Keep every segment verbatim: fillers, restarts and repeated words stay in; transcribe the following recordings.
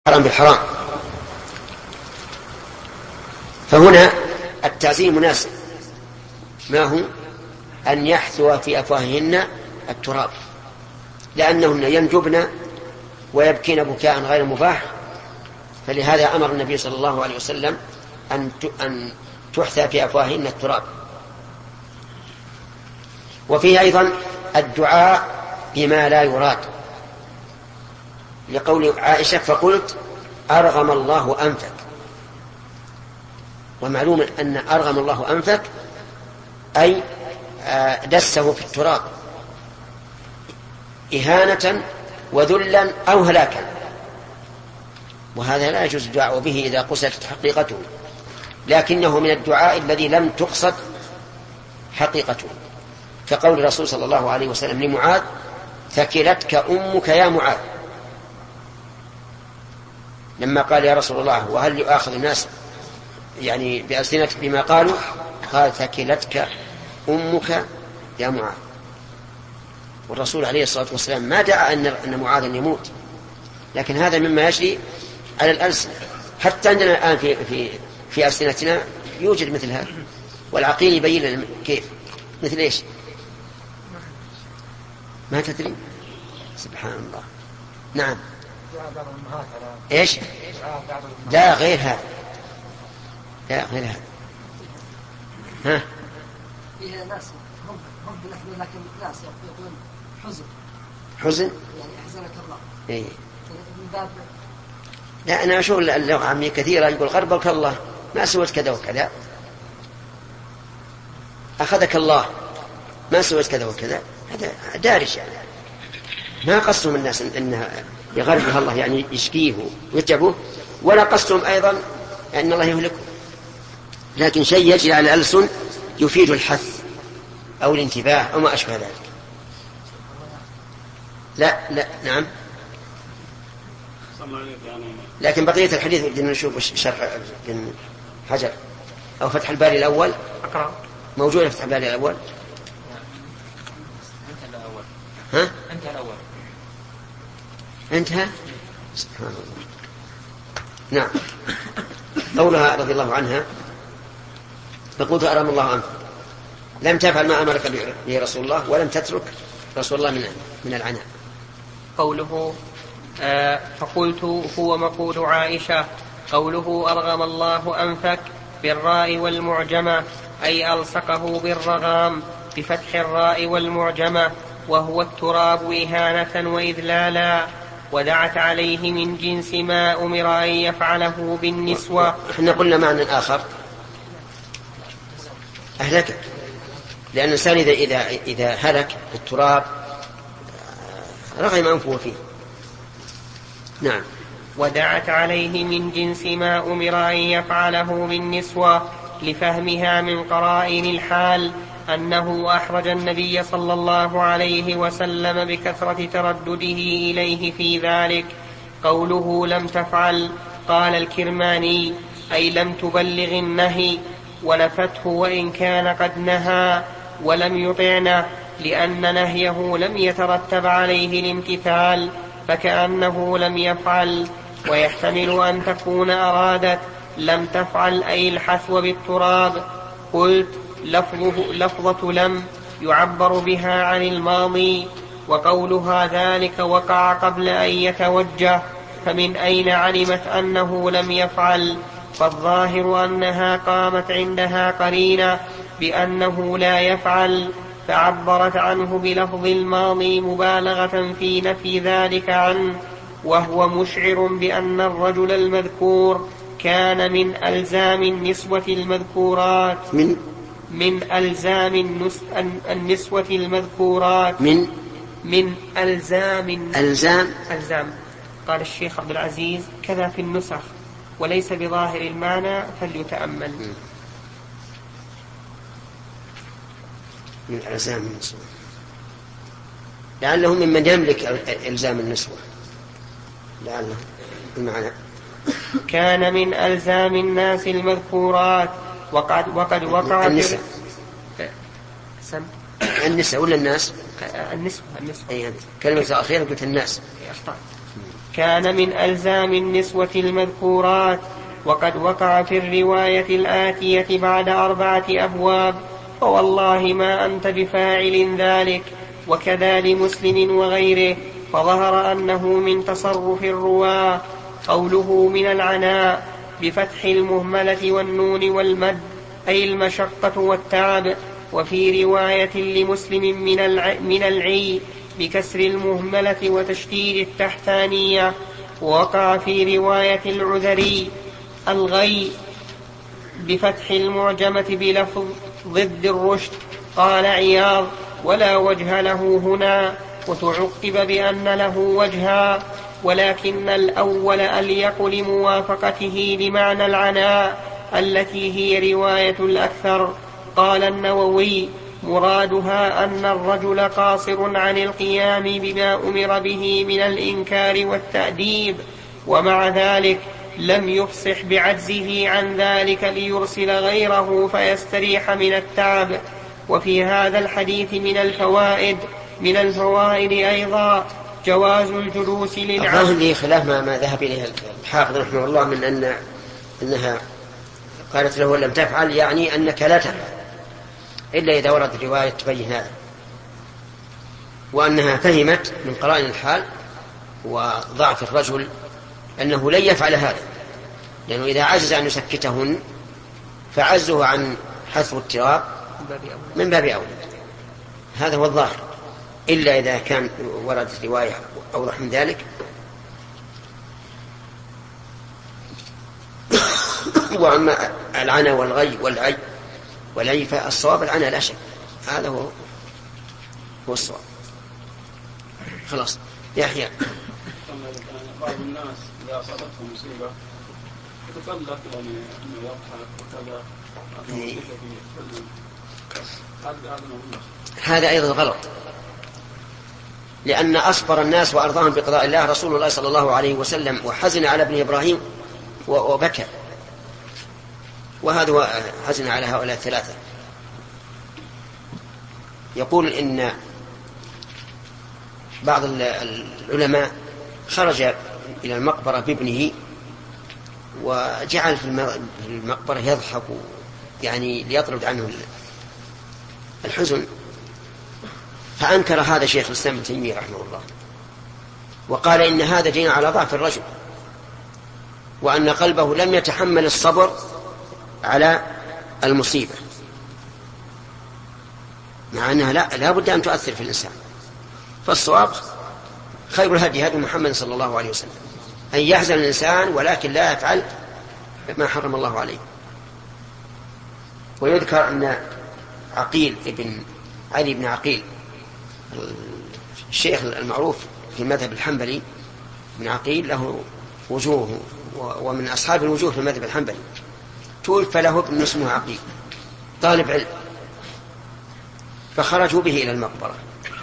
حرام بالحرام. فهنا التعزيم مناسب، ما هو أن يحثو في أفواههن التراب، لأنهن ينجبن ويبكين بكاء غير مباح، فلهذا أمر النبي صلى الله عليه وسلم أن تحثى في أفواههن التراب. وفيه أيضا الدعاء بما لا يراد، لقول عائشة فقلت أرغم الله أنفك. ومعلوم أن أرغم الله أنفك أي دسه في التراب إهانة وذلا أو هلاكا، وهذا لا يجوز الدعاء به إذا قصدت حقيقته، لكنه من الدعاء الذي لم تقصد حقيقته، كقول الرسول صلى الله عليه وسلم لمعاذ ثكلتك أمك يا معاذ، لما قال يا رسول الله وهل يؤاخذ الناس يعني بألسنتك بما قالوا، قال ثكلتك أمك يا معاذ. والرسول عليه الصلاة والسلام ما دعا أن معاذ يموت، لكن هذا مما يجري على الألسنة، حتى عندنا الآن في, في, في ألسنتنا يوجد مثل هذا، والعقيل يبين لنا كيف. مثل إيش؟ ما تدري؟ سبحان الله. نعم. إيش؟ لا غير هذا، لا غير هذا. ها؟ فيها ناس هم هم بلحظة، لكن ناس يقولون حزن حزن يعني أحزنك الله. إيه. من باب لا أنا أشوف اللغة عامية كثيرة، يقول غربك الله ما سويت كذا وكذا، أخذك الله ما سويت كذا وكذا، هذا دارج يعني، ما قصدهم الناس أنها يغربها الله يعني يشكيه ويتعبه، ولا قصدهم أيضا أن الله يهلكه، لكن شيء يجري على الألسن يفيد الحث أو الانتباه أو ما أشبه ذلك. لا لا نعم. لكن بقية الحديث بدنا نشوف شرح ابن حجر أو فتح الباري الأول أقرأ موجودة في فتح الباري الأول. أنت الأول. ها؟ أنت الأول. انتهى. سبحان الله. نعم. قولها رضي الله عنها فقلت أرم الله عنك، لم تفعل ما أمرك به رسول الله ولم تترك رسول الله من من العناء. قوله آه فقلت هو مقول عائشة. قوله أرغم الله أنفك بالراء والمعجمة أي ألصقه بالرغام بفتح الراء والمعجمة، وهو التراب إهانة وإذلالا، ودعت عليه من جنس ما أمر أن يفعله بالنسوة. احنا قلنا معنى آخر أهلك، لأن الإنسان إذا, إذا, إذا هلك بالتراب رغم أنفه فيه. نعم. ودعت عليه من جنس ما أمر أن يفعله بالنسوة، لفهمها من قرائن الحال أنه أحرج النبي صلى الله عليه وسلم بكثرة تردده إليه في ذلك. قوله لم تفعل قال الكرماني أي لم تبلغ النهي، ونفته وإن كان قد نهى ولم يطعنه، لأن نهيه لم يترتب عليه الامتثال، فكأنه لم يفعل. ويحتمل أن تكون أرادت لم تفعل أي الحثو بالتراب. قلت لفظه لفظة لم يعبر بها عن الماضي، وقولها ذلك وقع قبل أن يتوجه، فمن أين علمت أنه لم يفعل؟ فالظاهر أنها قامت عندها قرينة بأنه لا يفعل، فعبرت عنه بلفظ الماضي مبالغة في نفي ذلك عنه، وهو مشعر بأن الرجل المذكور كان من ألزام النسوة المذكورات من من ألزام النس... النسوة المذكورات من من ألزام ألزام ألزام قال الشيخ عبد العزيز كذا في النسخ، وليس بظاهر المعنى فليتأمل. من ألزام النسوة لعله ممن يملك إلزام النسوة، لعله المعنى كان من ألزام الناس المذكورات، وقد وقد وقع النساء سم النساء ولا الناس؟ النسوة النسوة أي كلمة أخيرة قلت الناس. أخطأت. كان من ألزام النسوة المذكورات. وقد وقع في الرواية الآتية بعد أربعة أبواب: فوالله ما أنت بفاعل ذلك، وكذا لمسلم وغيره. فظهر أنه من تصرف الرواة. قوله من العناء بفتح المهملة والنون والمد أي المشقة والتعب. وفي رواية لمسلم من, الع... من العي بكسر المهملة وتشديد التحتانية. ووقع في رواية العذري الغي بفتح المعجمة بلفظ ضد الرشد. قال عياض: ولا وجه له هنا، وتعقب بأن له وجها، ولكن الأول أليق لموافقته لمعنى العناء التي هي رواية الأكثر. قال النووي: مرادها أن الرجل قاصر عن القيام بما أمر به من الإنكار والتأديب، ومع ذلك لم يفصح بعجزه عن ذلك ليرسل غيره فيستريح من التعب. وفي هذا الحديث من الفوائد من الفوائد أيضا جواز الجلوس للعبد. الظاهر لي خلاف ما, ما ذهب إليه الحافظ رحمه الله من أن أنها قالت له لم تفعل، يعني أنك لا تفعل إلا إذا ورد الرواية تبين هذا، وأنها فهمت من قرائن الحال وضعف الرجل أنه لن يفعل هذا، لأنه إذا عجز أن يسكتهن فعجزه عن حث اضطراب من باب أولى. هذا هو الظاهر، إلا إذا كان وردت رواية أوضح من ذلك. وأما العنى والغي والعي والعي فالصواب العنى لا شك، هذا هو هو الصواب. خلاص. يحيى: بعض الناس إذا أصابتهم مصيبة يتطلق يعني أنه يضحك وكذا، هذا أيضا غلط، لأن أصبر الناس وأرضاهم بقضاء الله رسول الله صلى الله عليه وسلم، وحزن على ابن إبراهيم وبكى، وهذا حزن على هؤلاء الثلاثة. يقول إن بعض العلماء خرج إلى المقبرة بابنه وجعل في المقبرة يضحك يعني ليطرد عنه الحزن، فأنكر هذا شيخ الإسلام ابن تيمية رحمه الله، وقال إن هذا دين على ضعف الرجل، وأن قلبه لم يتحمل الصبر على المصيبة، مع أنها لا, لا بد أن تؤثر في الإنسان. فالصواب خير الهدي هدي محمد صلى الله عليه وسلم، أن يحزن الإنسان ولكن لا يفعل ما حرم الله عليه. ويذكر أن عقيل ابن علي بن عقيل الشيخ المعروف في المذهب الحنبلي، ابن عقيل له وجوه ومن أصحاب الوجوه في المذهب الحنبلي، توفى له ابن اسمه عقيل طالب علم، فخرجوا به إلى المقبرة،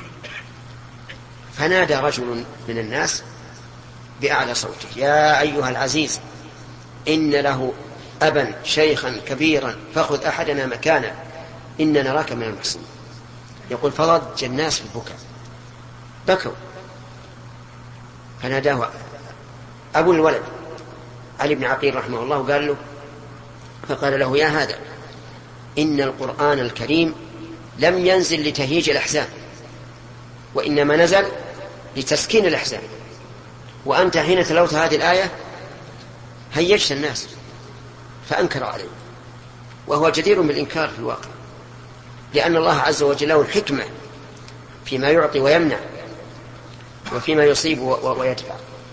فنادى رجل من الناس بأعلى صوته: يا أيها العزيز، إن له أبا شيخا كبيرا فخذ أحدنا مكانا، إن نراك من المحسنين. يقول فضج الناس في البكاء، بكوا، فناداه أبو الولد علي بن عقيل رحمه الله قال له فقال له: يا هذا، إن القرآن الكريم لم ينزل لتهيج الأحزان، وإنما نزل لتسكين الأحزان، وأنت حين تلوت هذه الآية هيجت الناس، فأنكر عليه، وهو جدير بالإنكار في الواقع، لأن الله عز وجل له الحكمة فيما يعطي ويمنع وفيما يصيب ويدفع.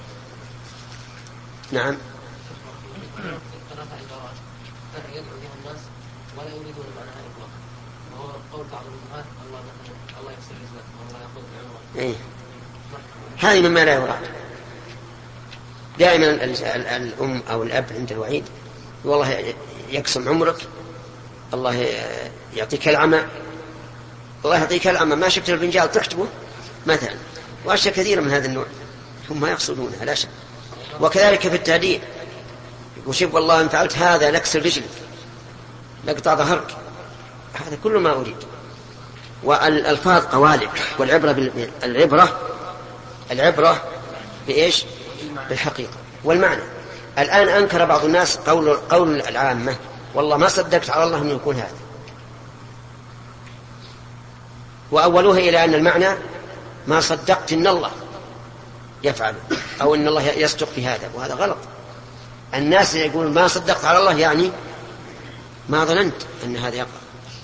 نعم. ولا يريدون معناها إطلاقا، وهو قول بعض الأمهات الله مثلا الله يفسر رزقك والله يأخذ بعمره. إيه. هذه مما لا يراد. دائما الأم أو الأب عند الوعيد والله يقسم عمرك، الله يعطيك العمى، الله يعطيك العمى، ما شفت الفنجال تحتبه مثلا، وأشياء كثيرة من هذا النوع هم يقصدونها لا شك. وكذلك في التهديد، وشوف والله إن فعلت هذا نكسر رجلك، نقطع ظهرك، هذا كل ما أريد. والألفاظ قوالب، والعبرة العبرة العبرة بإيش؟ بالحقيقة والمعنى. الآن أنكر بعض الناس قول, قول العامة والله ما صدقت على الله أن يكون هذا، وأولوها إلى أن المعنى ما صدقت أن الله يفعل أو أن الله يصدق في هذا، وهذا غلط. الناس يقول ما صدقت على الله يعني ما ظننت أن هذا يقع،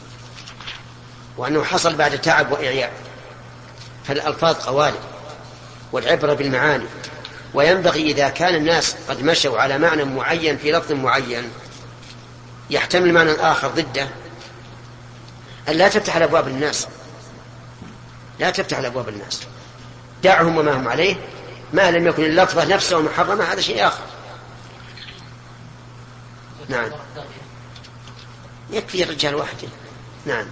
وأنه حصل بعد تعب وإعياء. فالألفاظ قوالب والعبرة بالمعاني، وينبغي إذا كان الناس قد مشوا على معنى معين في لفظ معين يحتمل معنى آخر ضده أن لا تفتح الأبواب للناس، لا تفتح الأبواب للناس، دعهم وما هم عليه، ما لم يكن اللفظة نفسه محرمة هذا شيء آخر. نعم يكفي الرجال واحد. نعم.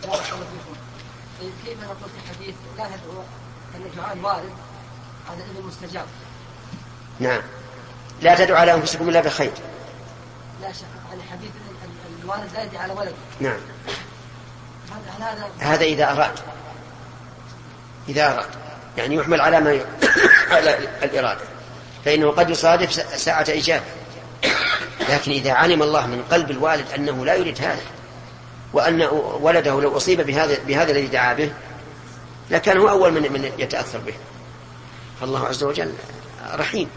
كيف نقول في حديث لا تدعو أن دعاء الوالد هذا إذن مستجاب؟ نعم لا تدعو على أنفسكم إلا بخير. لا شك عن حديث الوالد لا يدعي على ولده. نعم هذا هذا إذا أراد، إذا أراد يعني يحمل على ما ي... على الإرادة، فإنه قد يصادف ساعة إجابة. لكن إذا علم الله من قلب الوالد أنه لا يريد هذا، وأن ولده لو أصيب بهذا بهذا الذي دعا به لكان هو أول من, من يتأثر به. فالله عز وجل رحيم.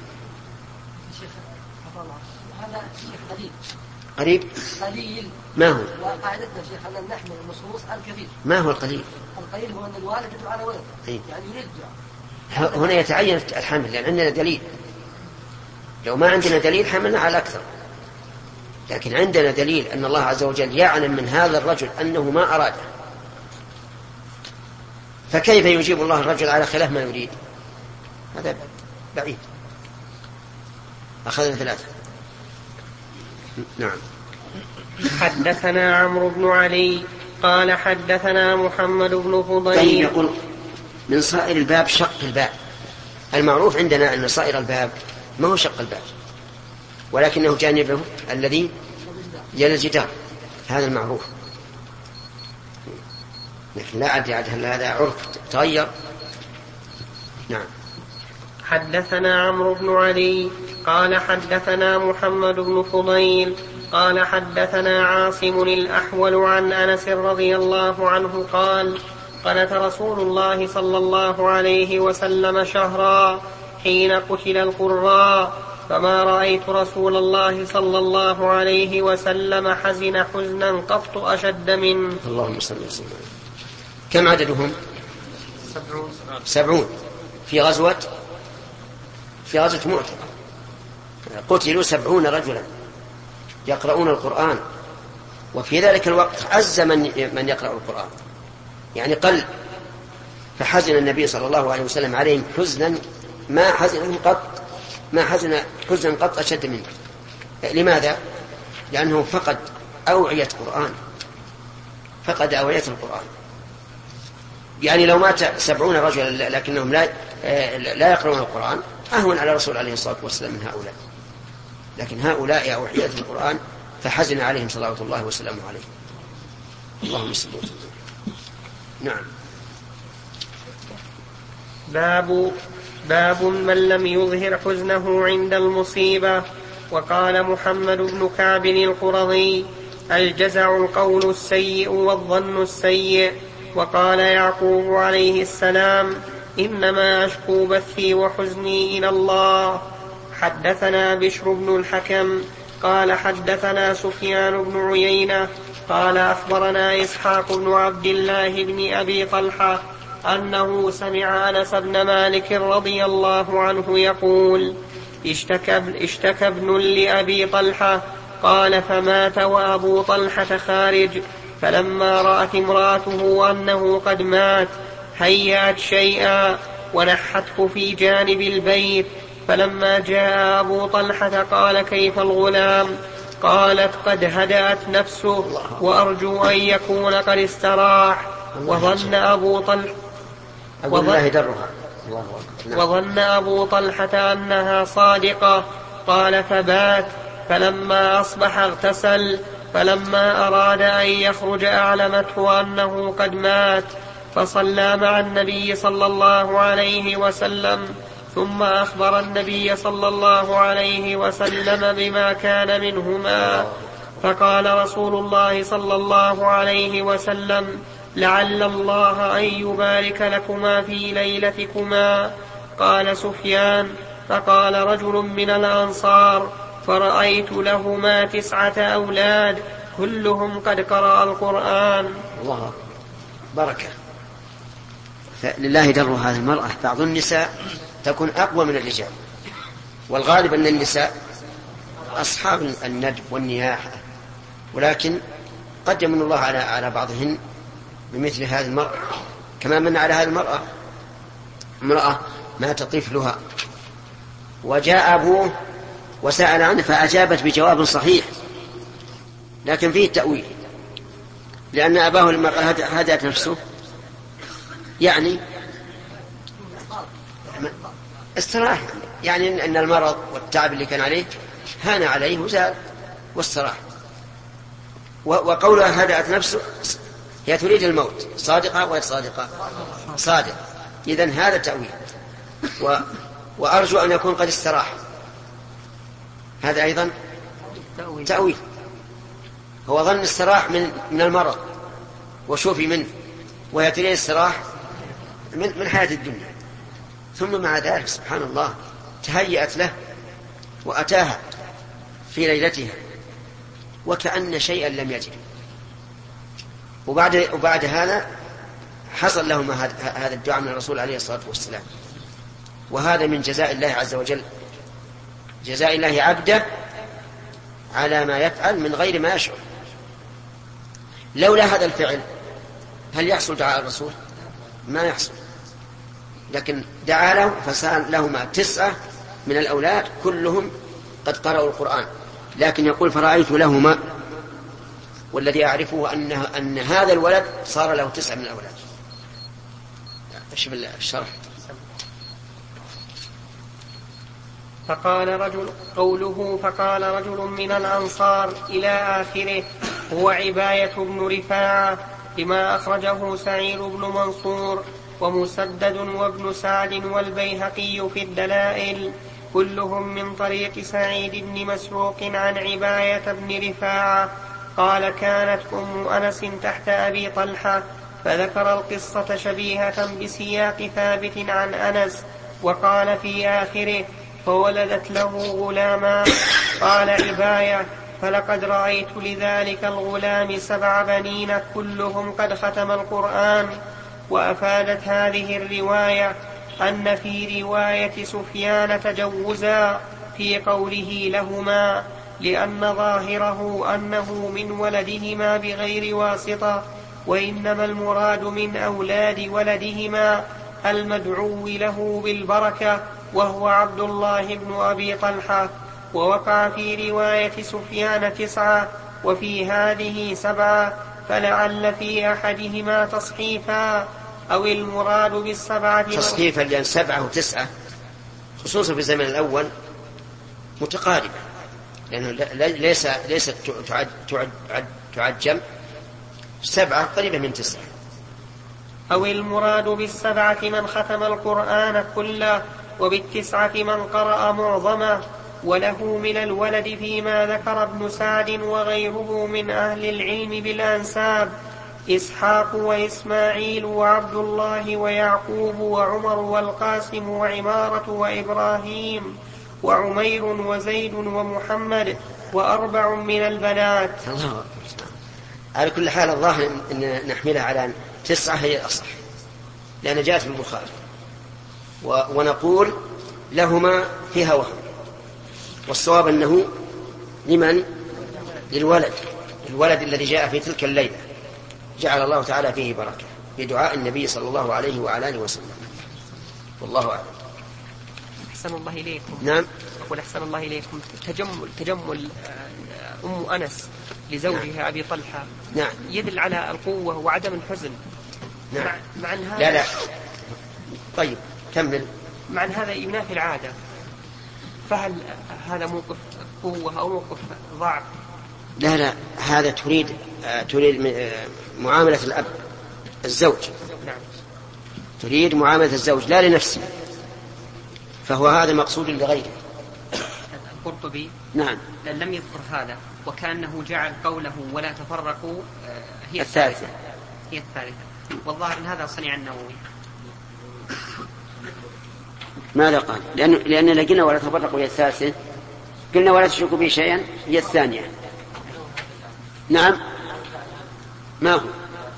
هذا شيخ قليل قريب قليل ما هو؟ وقاعدتنا شيخ أن نحمل النصوص الكثير. ما هو القليل؟ القليل هو أن الوالد يدعو على ولده، طيب. يعني يريد الدعاء. هنا يتعين الحمل لأن عندنا دليل. لو ما عندنا دليل حملنا على أكثر، لكن عندنا دليل أن الله عز وجل يعلم من هذا الرجل أنه ما أراده، فكيف يجيب الله الرجل على خلاف ما يريد؟ هذا بعيد. أخذنا ثلاثة. نعم. حدثنا عمرو بن علي قال حدثنا محمد بن فضيل. طيب يقول من صائر الباب شق الباب. المعروف عندنا أن صائر الباب ما هو شق الباب ولكنه جانبه الذي يلي الجدار، هذا المعروف. لكن لا أدري هل هذا عرف تغير. نعم. حدثنا عمرو بن علي قال حدثنا محمد بن فضيل قال حدثنا عاصم الأحول عن أنس رضي الله عنه قال قنت رسول الله صلى الله عليه وسلم شهرا حين قتل القراء، فما رأيت رسول الله صلى الله عليه وسلم حزن حزنا قط أشد منه. اللهم صل وسلم. كم عددهم؟ سبعون. سبعون في غزوة في غزوة مؤتة قتلوا سبعون رجلا يقرؤون القرآن، وفي ذلك الوقت عز من من يقرأ القرآن، يعني قل. فحزن النبي صلى الله عليه وسلم عليهم حزنا ما حزنهم قط، ما حزن حزنا قط أشد منه. لماذا؟ لأنه فقد أوعية القرآن، فقد أوعية القرآن. يعني لو مات سبعون رجلا لكنهم لا لا يقرؤون القرآن أهون على الرسول عليه الصلاة والسلام من هؤلاء، لكن هؤلاء أوعية القرآن فحزن عليهم صلوات الله وسلامه عليه. اللهم صل وسلم. نعم. باب باب من لم يظهر حزنه عند المصيبة. وقال محمد بن كعب القرظي الجزع القول السيء والظن السيء. وقال يعقوب عليه السلام إنما أشكو بثي وحزني إلى الله. حدثنا بشر بن الحكم قال حدثنا سفيان بن عيينة قال أخبرنا إسحاق بن عبد الله بن أبي طلحة أنه سمع أنس بن مالك رضي الله عنه يقول اشتكى, اشتكى ابن لأبي طلحة قال فمات وأبو طلحة خارج، فلما رأت امرأته أنه قد مات هيأت شيئا ونحته في جانب البيت، فلما جاء أبو طلحة قال كيف الغلام؟ قالت قد هدأت نفسه وأرجو أن يكون قد استراح. وظن أبو طلحة وظن, وظن أبو طلحة أنها صادقة. قال فبات، فلما أصبح اغتسل، فلما أراد أن يخرج أعلمته أنه قد مات، فصلى مع النبي صلى الله عليه وسلم ثم أخبر النبي صلى الله عليه وسلم بما كان منهما. فقال رسول الله صلى الله عليه وسلم: لعل الله أن يبارك لكما في ليلتكما. قال سفيان: فقال رجل من الأنصار: فرأيت لهما تسعة أولاد كلهم قد قرأ القرآن. الله بركة. لله در هذه المرأة. بعض النساء تكون أقوى من الرجال، والغالب أن النساء أصحاب الندب والنياحة، ولكن قد يمن الله على على بعضهن بمثل هذه المرأة، كما من على هذه المرأة امرأة مات طفلها وجاء أبوه وسأل عنه فأجابت بجواب صحيح، لكن فيه التأويل، لأن أباه لما قال هدأت نفسه يعني استراح، يعني أن المرض والتعب اللي كان عليه هان عليه وزاد واستراح. وقولها هدأت نفسه هي تريد الموت، صادقة وغير صادقة؟ صادقة. إذن هذا تأويل، و... وأرجو أن يكون قد استراح، هذا أيضا تأويل. هو ظن استراح من من المرض وشوفي منه، وهي تريد استراح من من حياة الدنيا، ثم مع ذلك سبحان الله تهيأت له وأتاها في ليلتها وكأن شيئا لم يجد. وبعد وبعد هذا حصل لهم هذا الدعاء من الرسول عليه الصلاة والسلام. وهذا من جزاء الله عز وجل، جزاء الله عبده على ما يفعل من غير ما يشعر. لولا هذا الفعل هل يحصل دعاء الرسول؟ ما يحصل، لكن دعا له فسأل لهما تسعة من الأولاد كلهم قد قرأوا القرآن. لكن يقول فرأيت لهما، والذي أعرفه أن, أن هذا الولد صار له تسعة من الأولاد. ايش بالشرح؟ فقال رجل قوله فقال رجل من الأنصار إلى آخره هو عباية بن رفاعة، لما أخرجه سعيد بن منصور ومسدد وابن سعد والبيهقي في الدلائل، كلهم من طريق سعيد بن مسروق عن عباية بن رفاعة قال: كانت أم أنس تحت أبي طلحة، فذكر القصة شبيهة بسياق ثابت عن أنس، وقال في آخره: فولدت له غلاما. قال عباية: فلقد رأيت لذلك الغلام سبع بنين كلهم قد ختم القرآن. وأفادت هذه الرواية أن في رواية سفيان تجوزا في قوله لهما، لأن ظاهره أنه من ولدهما بغير واسطة، وإنما المراد من أولاد ولدهما المدعو له بالبركة وهو عبد الله بن أبي طلحة. ووقع في رواية سفيان تسعة وفي هذه سبعة، فلعل في أحدهما تصحيفا، أو المراد بالسبعة تصحيفا، لأن سبعة وتسعة خصوصا في الزمن الأول متقاربة، لأنه ليس ليست تعد تعد تعجم، سبعة قريبة من تسعة. أو المراد بالسبعة من ختم القرآن كله، وبالتسعة من قرأ معظمه. وله من الولد فيما ذكر ابن سعد وغيره من أهل العلم بالأنساب إسحاق وإسماعيل وعبد الله ويعقوب وعمر والقاسم وعمارة وإبراهيم وعمير وزيد ومحمد وأربع من البنات. الله على كل حال الظاهر أن نحملها على تسعة هي الأصح، لأن جاءت في البخاري. ونقول لهما فيها وهم، والصواب أنه لمن؟ للولد، الولد الذي جاء في تلك الليلة جعل الله تعالى فيه بركة بدعاء النبي صلى الله عليه وعلى آله وسلم. والله أعلم. أحسن الله إليكم. نعم. أقول أحسن الله إليكم. تجمل تجمل أم أنس لزوجها نعم. أبي طلحة نعم. يدل على القوة وعدم الحزن. نعم. مع, مع أن هذا لا لا طيب كمل. مع أن هذا ينافي العادة، فهل هذا موقف قوة أو موقف ضعف؟ لا لا هذا تريد تريد معاملة الأب الزوج. نعم. تريد معاملة الزوج لا لنفسه، فهو هذا مقصود لغيره. القرطبي نعم لم يذكر هذا، وكأنه جعل قوله ولا تفرقوا هي الثالثة هي الثالثة، والظاهر أن هذا صنيع النووي. ماذا قال؟ لأن لأن لقينا ولا تفرقوا هي الثالثة، قلنا ولا تشركوا به شيئا هي الثانية. نعم ما هو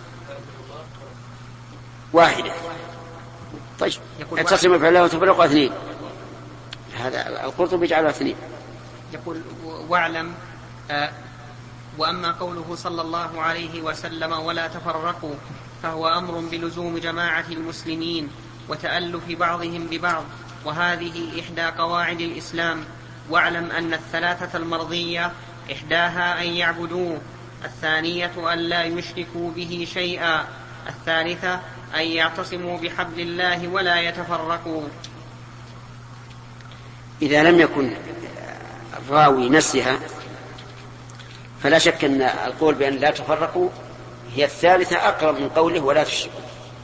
واحدة. طيب اتصموا في الله وتفرقوا اثنين، هذا القرطبي جعلها اثنين. يقول واعلم آه وأما قوله صلى الله عليه وسلم ولا تفرقوا فهو أمر بلزوم جماعة المسلمين وتألف بعضهم ببعض، وهذه إحدى قواعد الإسلام. واعلم أن الثلاثة المرضية إحداها أن يعبدوه، الثانية أن لا يشركوا به شيئا، الثالثة أن يعتصموا بحبل الله ولا يتفرقوا. إذا لم يكن الراوي نسيها فلا شك أن القول بأن لا تفرقوا هي الثالثة أقرب من قوله ولا تشركوا،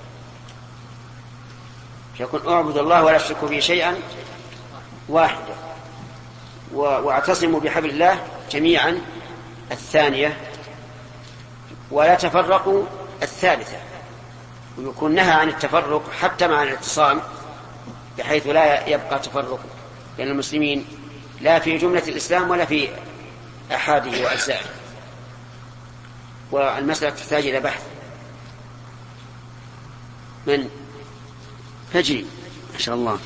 فيكون أعبد الله ولا تشركوا به شيئا واحدة، واعتصموا بحبل الله جميعا الثانية، ولا تفرقوا الثالثة، ويكون نهى عن التفرق حتى مع الاعتصام بحيث لا يبقى تفرق بين المسلمين لا في جملة الإسلام ولا في أحاده وأجزائه. والمسألة تحتاج إلى بحث. من فجري ما شاء الله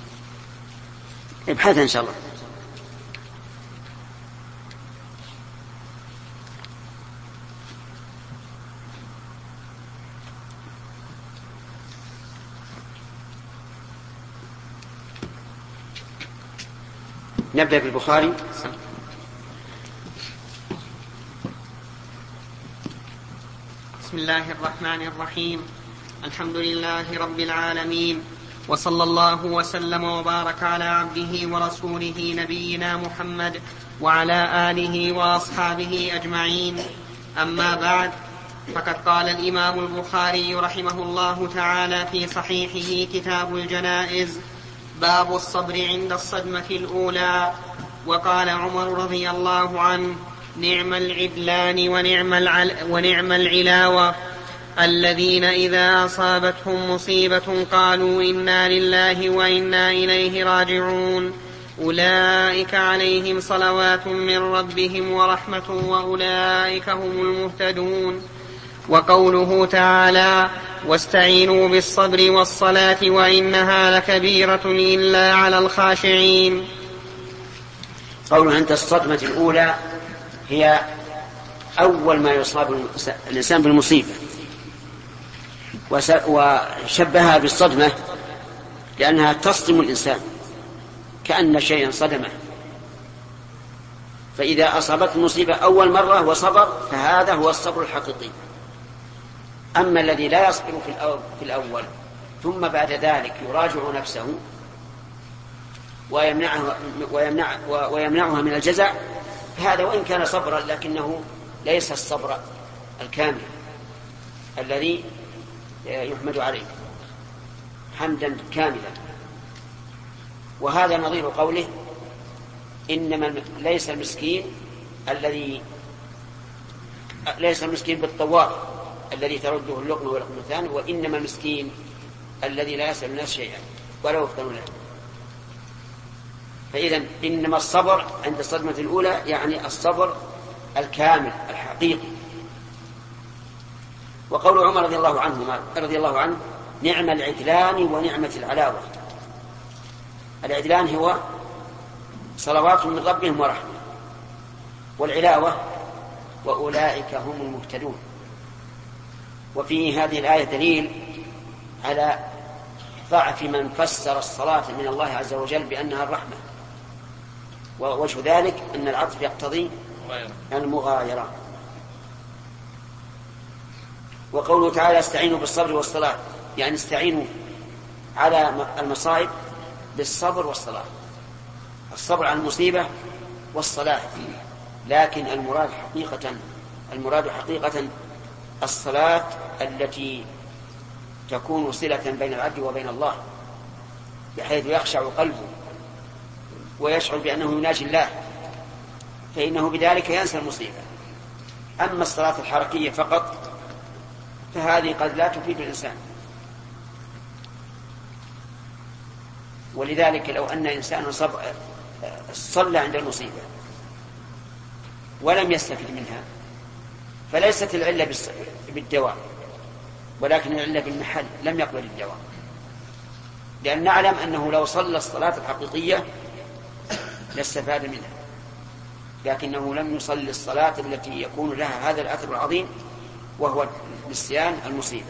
ابحث إن شاء الله. نبدأ بالبخاري. بسم الله الرحمن الرحيم. الحمد لله رب العالمين، وصلى الله وسلم وبارك على عبده ورسوله نبينا محمد وعلى آله وأصحابه أجمعين. أما بعد، فقد قال الإمام البخاري رحمه الله تعالى في صحيحه كتاب الجنائز: باب الصبر عند الصدمة الأولى. وقال عمر رضي الله عنه: نعم العدلان ونعم, العل ونعم العلاوة الذين إذا أصابتهم مصيبة قالوا إنا لله وإنا إليه راجعون، أولئك عليهم صلوات من ربهم ورحمة وأولئك هم المهتدون. وقوله تعالى: واستعينوا بالصبر والصلاة وإنها لكبيرة إلا على الخاشعين. قوله عند الصدمة الأولى هي أول ما يصاب الإنسان بالمصيبة، وشبهها بالصدمة لأنها تصدم الإنسان كأن شيئا صدمه، فإذا أصابته المصيبة أول مرة وصبر فهذا هو الصبر الحقيقي. أما الذي لا يصبر في الأول ثم بعد ذلك يراجع نفسه ويمنعها, ويمنع ويمنعها من الجزع، هذا وإن كان صبرا لكنه ليس الصبر الكامل الذي يحمد عليه حمدا كاملا. وهذا نظير قوله: إنما ليس المسكين الذي ليس المسكين بالطوار الذي ترده اللقمة واللقمتان، وإنما المسكين الذي لا يسأل الناس شيئا ولو افتنوا له. فإذا إنما الصبر عند الصدمة الأولى يعني الصبر الكامل الحقيقي. وقول عمر رضي الله عنه رضي الله عنه: نعم العدلان ونعمة العلاوة. العدلان هو صلوات من ربهم ورحمة، والعلاوة وأولئك هم المهتدون. وفي هذه الآية دليل على ضعف من فسر الصلاة من الله عز وجل بأنها الرحمة، ووجه ذلك أن العطف يقتضي المغايرة. وقوله تعالى: استعينوا بالصبر والصلاة، يعني استعينوا على المصائب بالصبر والصلاة، الصبر عن المصيبة والصلاة. لكن المراد حقيقة المراد حقيقة الصلاة التي تكون صلة بين العبد وبين الله، بحيث يخشع قلبه ويشعر بأنه يناجي الله، فإنه بذلك ينسى المصيبة. أما الصلاة الحركية فقط فهذه قد لا تفيد الإنسان. ولذلك لو أن إنسان صلى عند المصيبة ولم يستفد منها فليست العلة بالدواء، ولكن العلة بالمحل، لم يقبل الدواء، لأن نعلم أنه لو صلى الصلاة الحقيقية لاستفاد منها، لكنه لم يصلي الصلاة التي يكون لها هذا الأثر العظيم وهو نسيان المصيبة.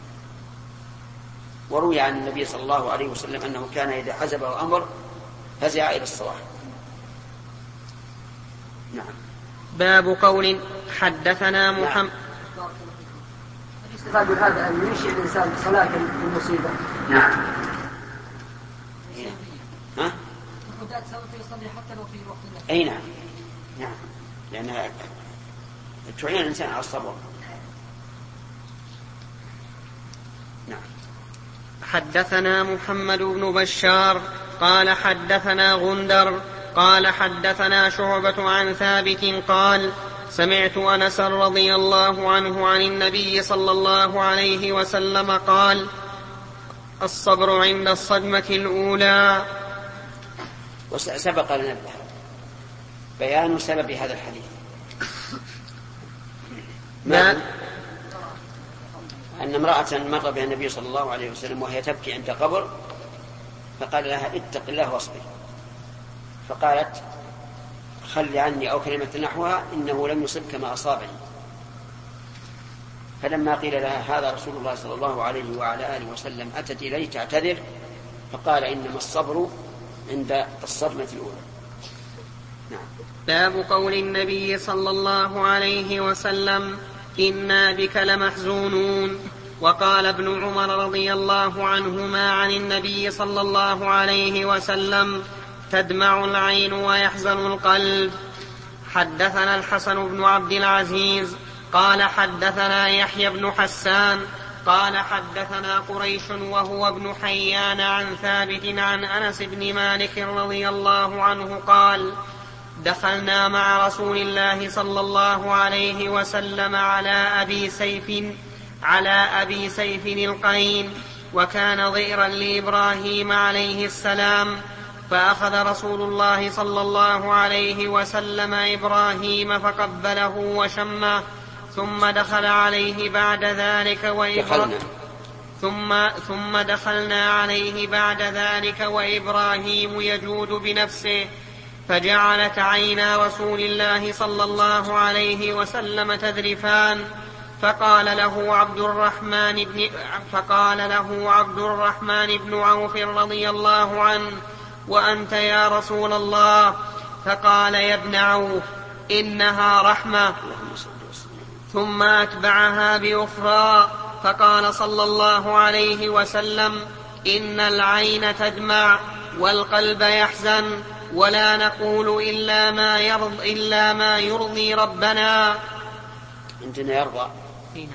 وروي عن النبي صلى الله عليه وسلم أنه كان إذا حزبه الأمر فزع إلى الصلاة. نعم. باب قول حدثنا محمد. الاستفاد من هذا أن ينشئ الإنسان صلاة المصيبة. نعم. ها؟ يصلي حتى لو في وقت الله. أي نعم. نعم. لأنها تعين الإنسان على الصبر. نعم. حدثنا محمد بن بشار قال حدثنا غندر قال حدثنا شعبة عن ثابت قال سمعت أنس رضي الله عنه عن النبي صلى الله عليه وسلم قال الصبر عند الصدمة الأولى. وسبق لنا بيان سبب هذا الحديث. ما أن امرأة مر بها النبي صلى الله عليه وسلم وهي تبكي عند قبر، فقال لها اتق الله واصبر، فقالت خل عني أو كلمة نحوها إنه لم يصبك ما أصابني. فلما قيل لها هذا رسول الله صلى الله عليه وعلى آله وسلم أتت إليه تعتذر، فقال إنما الصبر عند الصدمة الأولى. نعم. باب قول النبي صلى الله عليه وسلم إنا بك لمحزونون. وقال ابن عمر رضي الله عنهما عن النبي صلى الله عليه وسلم تدمع العين ويحزن القلب. حدثنا الحسن بن عبد العزيز قال حدثنا يحيى بن حسان قال حدثنا قريش وهو ابن حيان عن ثابت عن أنس بن مالك رضي الله عنه قال دخلنا مع رسول الله صلى الله عليه وسلم على أبي سيف على أبي سيف القين، وكان ضئرا لإبراهيم عليه السلام، فأخذ رسول الله صلى الله عليه وسلم إبراهيم فقبله وشمه، ثم دخل عليه بعد ذلك وإبراهيم ثم, ثم دخلنا عليه بعد ذلك وإبراهيم يجود بنفسه، فجعلت عينا رسول الله صلى الله عليه وسلم تذرفان، فقال له عبد الرحمن بن فقال له عبد الرحمن بن عوف رضي الله عنه وأنت يا رسول الله؟ فقال يا ابن عوف إنها رحمة. ثم أتبعها بأخرى فقال صلى الله عليه وسلم إن العين تدمع والقلب يحزن ولا نقول إلا ما يرضي, إلا ما يرضي ربنا. عندنا يرضى. نعم.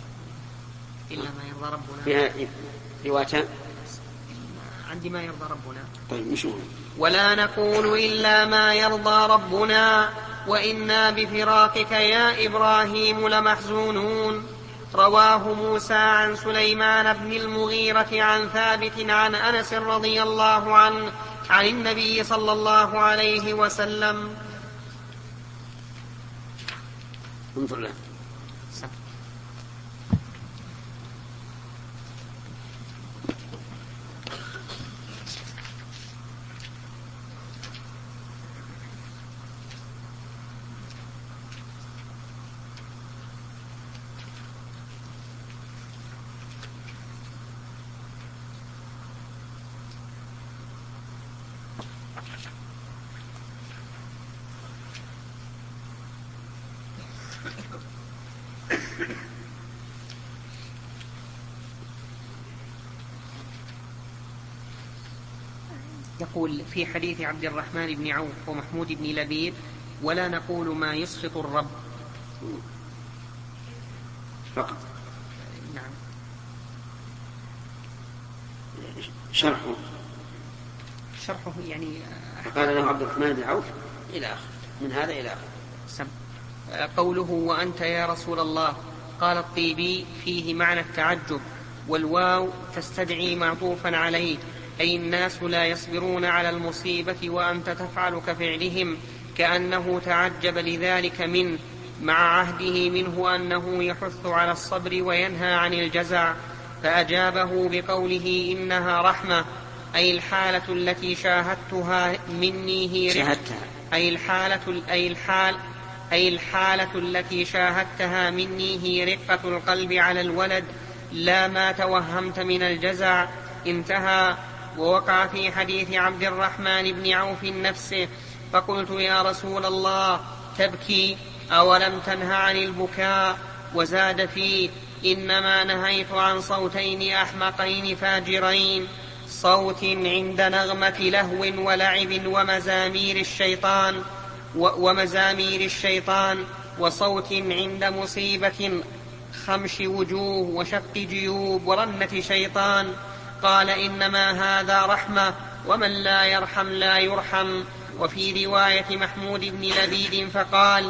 إلا ما يرضى ربنا. فيها رواية عندي ما يرضى ربنا. طيب نشوف. ولا نقول إلا ما يرضى ربنا وإنا بفراقك يا إبراهيم لمحزونون. رواه موسى عن سليمان بن المغيرة عن ثابت عن أنس رضي الله عنه عن النبي صلى الله عليه وسلم. انظر له. يقول في حديث عبد الرحمن بن عوف ومحمود بن لبيد ولا نقول ما يسخط الرب فقط. نعم. شرحه شرحه يعني فقال له عبد الرحمن بن عوف إلى آخر، من هذا إلى آخر. سم. قوله وأنت يا رسول الله، قال الطيبي فيه معنى التعجب، والواو تستدعي معطوفا عليه، أي الناس لا يصبرون على المصيبة وأنت تفعل كفعلهم، كأنه تعجب لذلك منه، مع عهده منه أنه يحث على الصبر وينهى عن الجزع، فأجابه بقوله إنها رحمة، أي الحالة التي شاهدتها مني هي شاهدتها أي الحالة أي الحال أي الحالة التي شاهدتها مني هي رقة القلب على الولد، لا ما توهمت من الجزع. انتهى. ووقع في حديث عبد الرحمن بن عوف نفسه، فقلت يا رسول الله تبكي أولم تنه عن البكاء؟ وزاد فيه إنما نهيت عن صوتين أحمقين فاجرين، صوت عند نغمة لهو ولعب ومزامير الشيطان ومزامير الشيطان وصوت عند مصيبة خمش وجوه وشق جيوب ورنة شيطان. قال إنما هذا رحمة، ومن لا يرحم لا يرحم. وفي رواية محمود بن لبيد فقال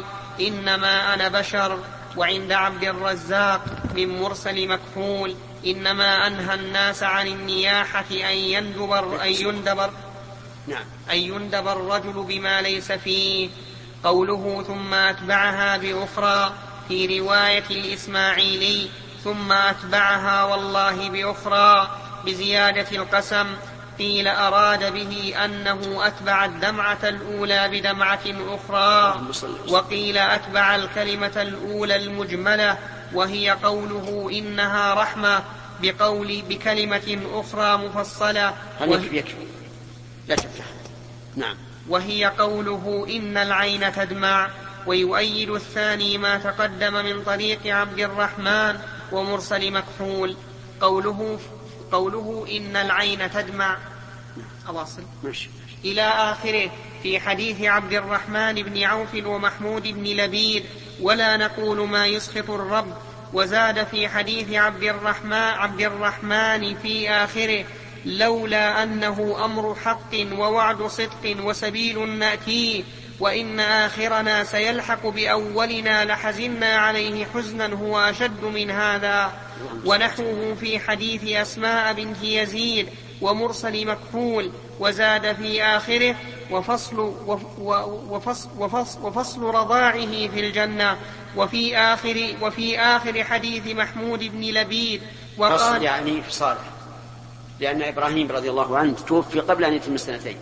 إنما أنا بشر. وعند عبد الرزاق من مرسل مكحول إنما أنهى الناس عن النياحة أن يندبر أن يندبر نعم. أن يندب الرجل بما ليس فيه. قوله ثم أتبعها بأخرى في رواية الإسماعيلي ثم أتبعها والله بأخرى بزيادة القسم، قيل أراد به أنه أتبع الدمعة الأولى بدمعة أخرى، وقيل أتبع الكلمة الأولى المجملة وهي قوله إنها رحمة بقول بكلمة أخرى مفصلة وهي, لا تفتح. نعم. وهي قوله إن العين تدمع. ويؤيد الثاني ما تقدم من طريق عبد الرحمن ومرسل مكحول قوله قوله إن العين تدمع أواصل ماشي. إلى آخره في حديث عبد الرحمن بن عوف ومحمود بن لبيد ولا نقول ما يسخط الرب. وزاد في حديث عبد الرحمن, عبد الرحمن في آخره لولا أنه أمر حق ووعد صدق وسبيل نأتيه وإن آخرنا سيلحق بأولنا لحزنا عليه حزنا هو أشد من هذا. ونحوه في حديث أسماء بنت يزيد ومرسل مكحول. وزاد في آخره وفصل, وفصل, وفصل, وفصل رضاعه في الجنة. وفي آخر, وفي آخر حديث محمود بن لبيد وقال يعني في صالح، لأن إبراهيم رضي الله عنه توفي قبل أن يتم السنتين،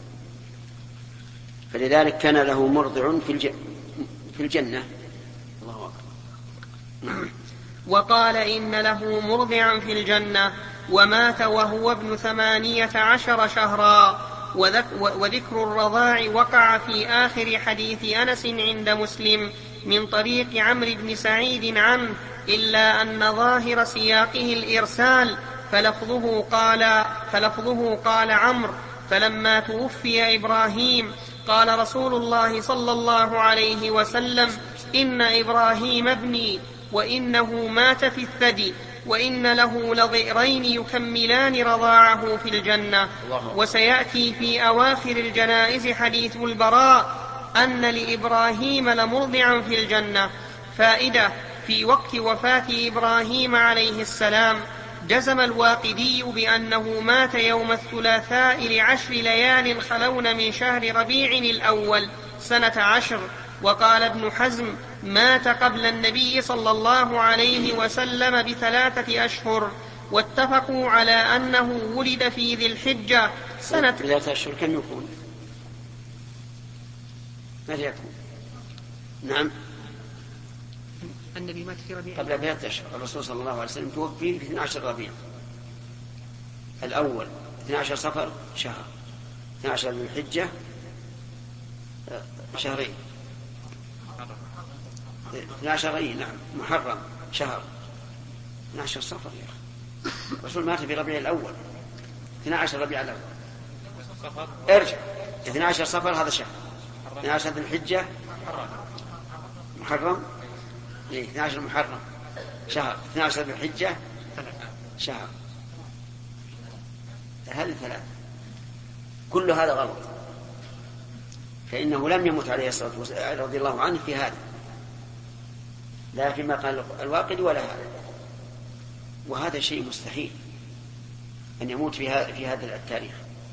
فلذلك كان له مرضع في في الجنة. الله أكبر. وقال إن له مرضعا في الجنة ومات وهو ابن ثمانية عشر شهرا. وذكر الرضاع وقع في آخر حديث أنس عند مسلم من طريق عمرو بن سعيد عنه، إلا أن ظاهر سياقه الإرسال، فلفظه قال, فلفظه قال عمرو فلما توفي إبراهيم قال رسول الله صلى الله عليه وسلم إن إبراهيم ابني وإنه مات في الثدي وإن له لضئرين يكملان رضاعه في الجنة. وسيأتي في أواخر الجنائز حديث البراء أن لإبراهيم لمرضعا في الجنة. فائدة: في وقت وفاة إبراهيم عليه السلام جزم الواقدي بأنه مات يوم الثلاثاء لعشر ليال خلون من شهر ربيع الأول سنة عشر. وقال ابن حزم مات قبل النبي صلى الله عليه وسلم بثلاثة أشهر. واتفقوا على أنه ولد في ذي الحجة سنة ثلاثة أشهر. كم يكون؟ ماذا يكون؟ نعم، النبي مات في ربيع قبل ثلاثة أشهر. الرسول صلى الله عليه وسلم توفي في اثني عشر ربيع الأول، اثني عشر صفر شهر، اثني عشر ذي الحجة شهرين، اثني عشر أي نعم محرم شهر، اثني عشر صفر يا أخي. الرسول مات في ربيع الأول، اثني عشر ربيع الأول. ارجع اثني عشر صفر هذا شهر، اثني عشر ذي الحجة محرم، اثني عشر محرم شهر، اثني عشر ذي الحجة شهر، هذه ثلاثة. كل هذا غلط، فإنه لم يمت عليه الصلاة والسلام رضي الله عنه في هذا، لا فيما قال الواقدي ولا هذا، وهذا شيء مستحيل أن يموت في هذا التاريخ،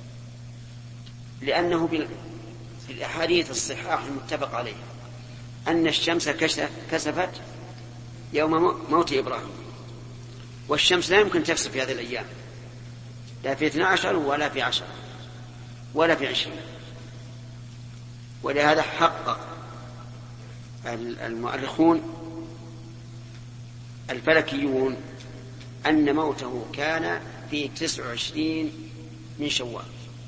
لأنه في الأحاديث الصحاح المتفق عليها أن الشمس كسفت يوم موت إبراهيم، والشمس لا يمكن تكسف في هذه الأيام، لا في اثنى عشر ولا في عشر ولا في عشرين. ولهذا حقق المؤرخون الفلكيون أن موته كان في تسع وعشرين من شوال،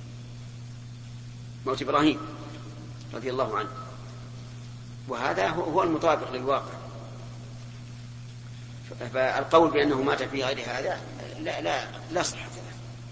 موت إبراهيم رضي الله عنه، وهذا هو المطابق للواقع. فالقول بأنه مات في غير هذا لا لا لا صحة له.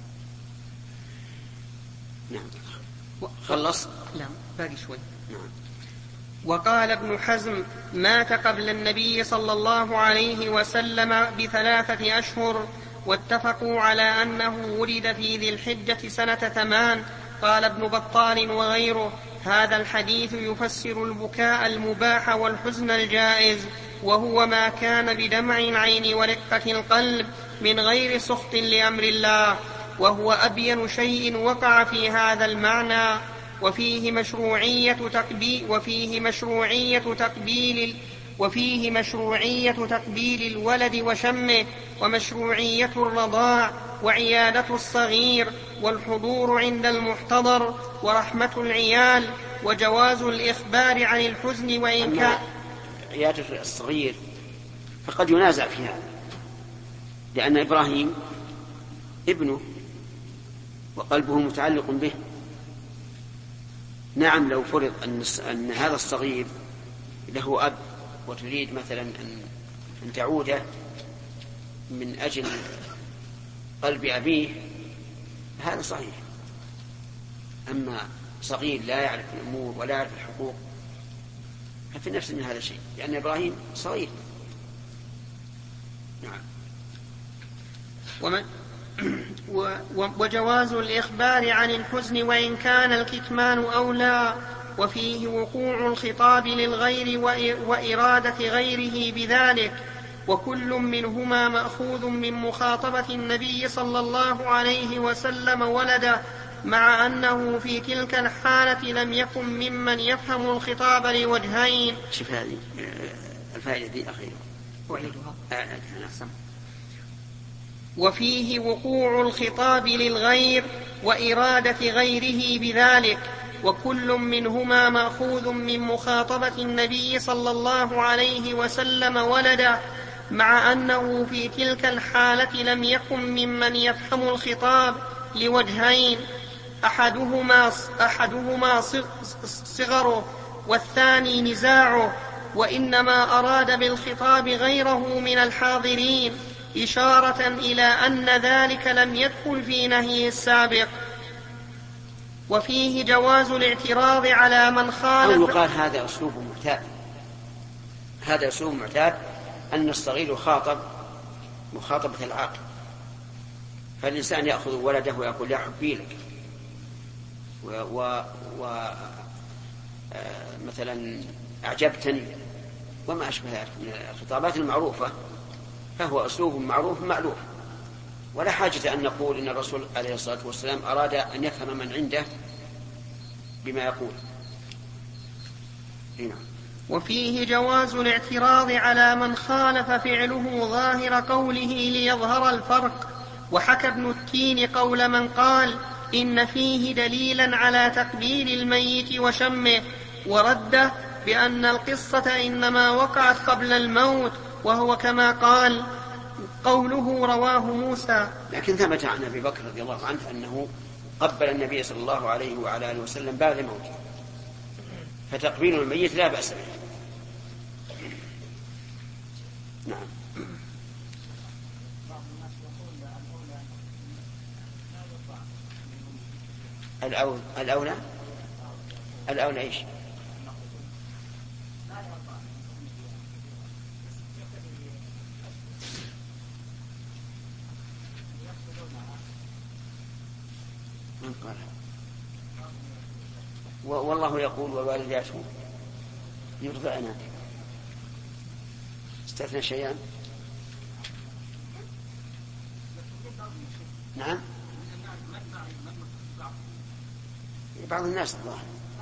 نعم. خلص؟ لا باقي شوي. نعم. وقال ابن حزم: مات قبل النبي صلى الله عليه وسلم بثلاثة أشهر، واتفقوا على أنه ولد في ذي الحجة سنة ثمان. قال ابن بطال وغيره: هذا الحديث يفسر البكاء المباح والحزن الجائز، وهو ما كان بدمع العين ورقة القلب من غير سخط لأمر الله، وهو أبين شيء وقع في هذا المعنى. وفيه مشروعية تقبيل وفيه مشروعية تقبيل وفيه مشروعية تقبيل الولد وشمه، ومشروعية الرضاع، وعيادة الصغير، والحضور عند المحتضر، ورحمة العيال، وجواز الإخبار عن الحزن وإن كان. عيادة الصغير فقد ينازع فيها، لأن إبراهيم ابنه وقلبه متعلق به. نعم، لو فرض أن, أن هذا الصغير له أب وتريد مثلا أن, أن تعوده من أجل قلب أبيه، هذا صحيح. أما صغير لا يعرف الأمور ولا يعرف الحقوق، ففي نفس من هذا الشيء، لأن إبراهيم صغير. نعم. ومن وجواز الإخبار عن الحزن وإن كان الكتمان أولى، وفيه وقوع الخطاب للغير وإرادة غيره بذلك، وكل منهما مأخوذ من مخاطبة النبي صلى الله عليه وسلم ولده، مع أنه في تلك الحالة لم يكن ممن يفهم الخطاب لوجهين. شوف هذه الفائدة دي أخيرا أعيدها. أحسن. وفيه وقوع الخطاب للغير وإرادة غيره بذلك، وكل منهما مأخوذ من مخاطبة النبي صلى الله عليه وسلم ولده، مع أنه في تلك الحالة لم يكن ممن يفهم الخطاب لوجهين: أحدهما, أحدهما صغره، والثاني نزاعه، وإنما أراد بالخطاب غيره من الحاضرين، إشارة إلى أن ذلك لم يدخل في نهيه السابق. وفيه جواز الاعتراض على من خالف. أو يقال هذا أسلوب معتاد، هذا أسلوب معتاد أن الصغير يخاطب مخاطبة العاقل، فالإنسان يأخذ ولده ويقول يا حبي لك، و, و... و... مثلا أعجبتني وما أشبه ذلك من الخطابات المعروفة، فهو أسلوب معروف مألوف، ولا حاجة أن نقول إن الرسول عليه الصلاة والسلام أراد أن يفهم من عنده بما يقول. هنا. وفيه جواز الاعتراض على من خالف فعله ظاهر قوله ليظهر الفرق. وحكى ابن التين قول من قال إن فيه دليلا على تقبيل الميت وشمه، ورده بأن القصة إنما وقعت قبل الموت، وهو كما قال قوله رواه موسى. لكن ثبت عن أبي بكر رضي الله عنه أنه قبل النبي صلى الله عليه وعلى آله وسلم بعد موته، فتقبيل الميت لا بأس به. نعم. الأولى الأولى الأولى إيش؟ من قال والله يقول والوالدات يرضعن. استثنى شيئا. نعم بعض الناس الله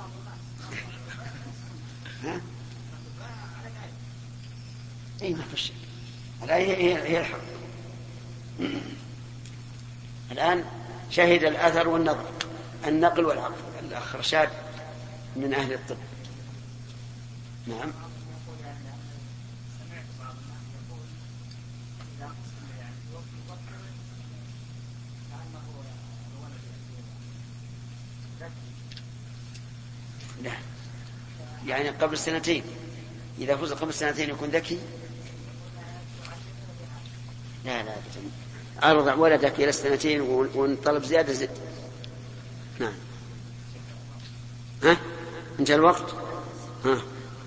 ها اي ما في شيء. الآية هي هي الحق. الآن شهد الأثر والنظر النقل والعقل. الأخ رشاد من أهل الطب. نعم لا يعني قبل سنتين إذا فوز قبل سنتين يكون ذكي. لا لا أرضع ولدك إلى السنتين ونطلب زيادة زد. نعم ها انتهى الوقت. ها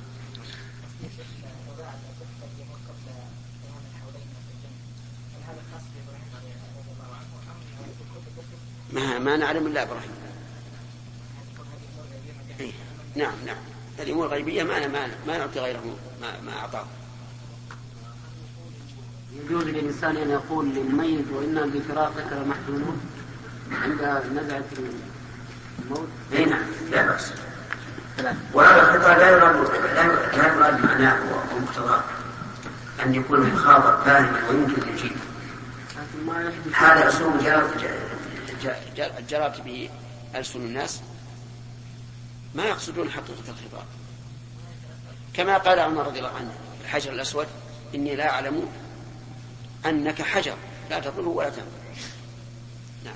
ما ما نعلم إلا إبراهيم. إيه. نعم نعم الأمور الغيبية ما ما ما نعطي غيره ما ما أعطاه. يجوز للإنسان أن يقول للميت وإنا بفراقك لمحزونون عند نزعة الموت؟ أي نعم لا بأس. وهذا الخطاب لا يراد لا يراد معناه ومقتضاه أن يكون المخاطب فاهما ويمكن الإجابة. هذا أسلوب جرت به ألسن الناس ما يقصدون حقيقة الخطاب، كما قال عمر رضي الله عنه الحجر الأسود إني لا أعلم أنك حجر لا تضر ولا تنفع. نعم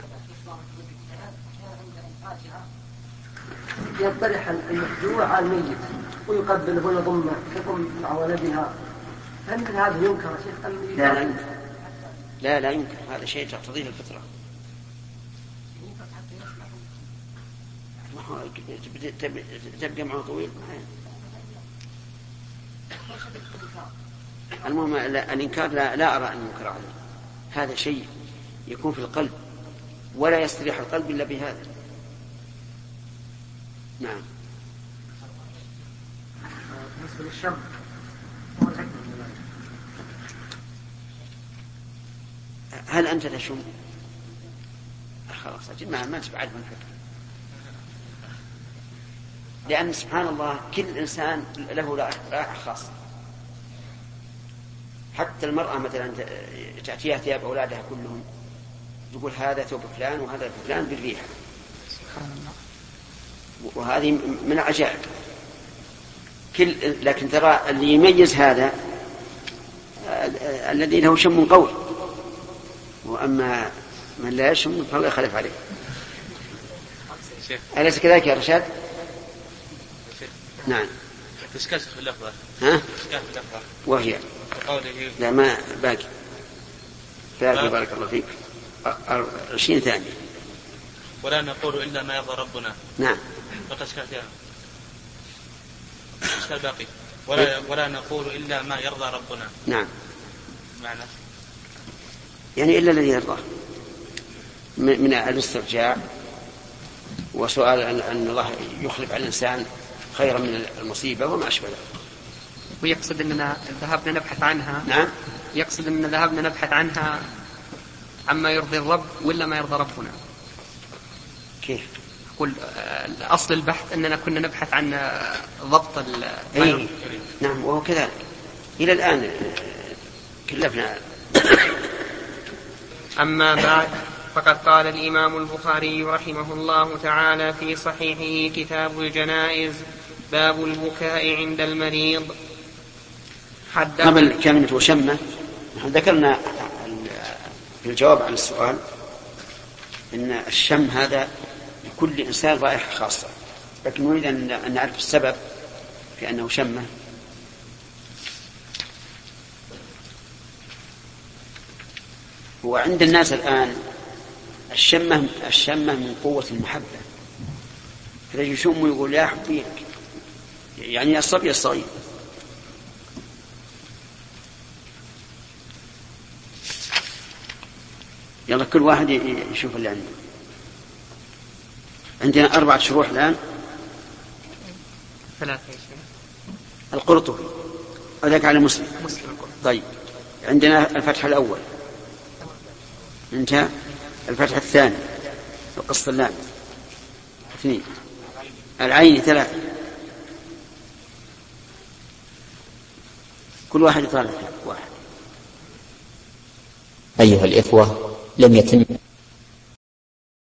يطرح المفجوع على الميت ويقبله ويضمه يقوم مع ولدها، هل هذا ينكر شيخ أم لا لا ينكر؟ لا لا ينكر، هذا شيء تقتضيه الفطرة. تبقى معه طويل. المهم الإنكار لا, لا أرى أن ينكر عليه، هذا شيء يكون في القلب ولا يستريح القلب إلا بهذا. نعم بالنسبة للشم هل أنت تشم؟ خلاص أجل ما, ما تبعد من فكرة، لأن سبحان الله كل إنسان له رائحة خاصة. حتى المرأة مثلا تأتيها ثياب أولادها كلهم تقول هذا ثوب فلان وهذا فلان بالريحة، وهذه من العجائب. كل لكن ترى اللي يميز هذا الذي له شم قوي، وأما من لا يشم فهو يخالف عليه. أليس كذلك يا رشاد؟ نعم. إشكال في اللفظة. ها؟ إشكال في اللفظة. وهي. قوله. لا ما باقي. باقي بارك الله فيك. عشرين ثانية. ولا نقول إلا ما يرضى ربنا. نعم. بقى إشكال فيها. إشكال باقي. ولا ولا نقول إلا ما يرضى ربنا. نعم. معنى. يعني إلا الذي يرضاه من الاسترجاع وسؤال أن الله يخلف على الإنسان خيرا من المصيبة وما أشبه ذلك. ويقصد أننا ذهبنا نبحث عنها. نعم. يقصد أننا ذهبنا نبحث عنها عما يرضي الرب ولا ما يرضى ربنا. كيف؟ قل أصل البحث أننا كنا نبحث عن ضبط أي. نعم وهو كذلك إلى الآن كلفنا. أما بعد فقد قال الإمام البخاري رحمه الله تعالى في صحيحه كتاب الجنائز باب البكاء عند المريض. قبل كلمة وشمة نحن ذكرنا في الجواب عن السؤال إن الشم هذا لكل إنسان رائحة خاصة، لكن نريد أن نعرف السبب في أنه شمه. وعند الناس الآن الشمة الشمة من قوة المحبة، فلجي يشم ويقول يا حبيك، يعني الصبي الصغير. يلا كل واحد يشوف اللي عنده. عندنا أربعة شروح الآن ثلاثة يا شيخ. القرطبي وذاك على مسلم. مسلم القرطبي. طيب عندنا الفتح الأول انتهى. الفتح الثاني القسط اللام اثنين. العين ثلاثة. كل واحد يطالع واحد. أيها الإخوة، لم يتم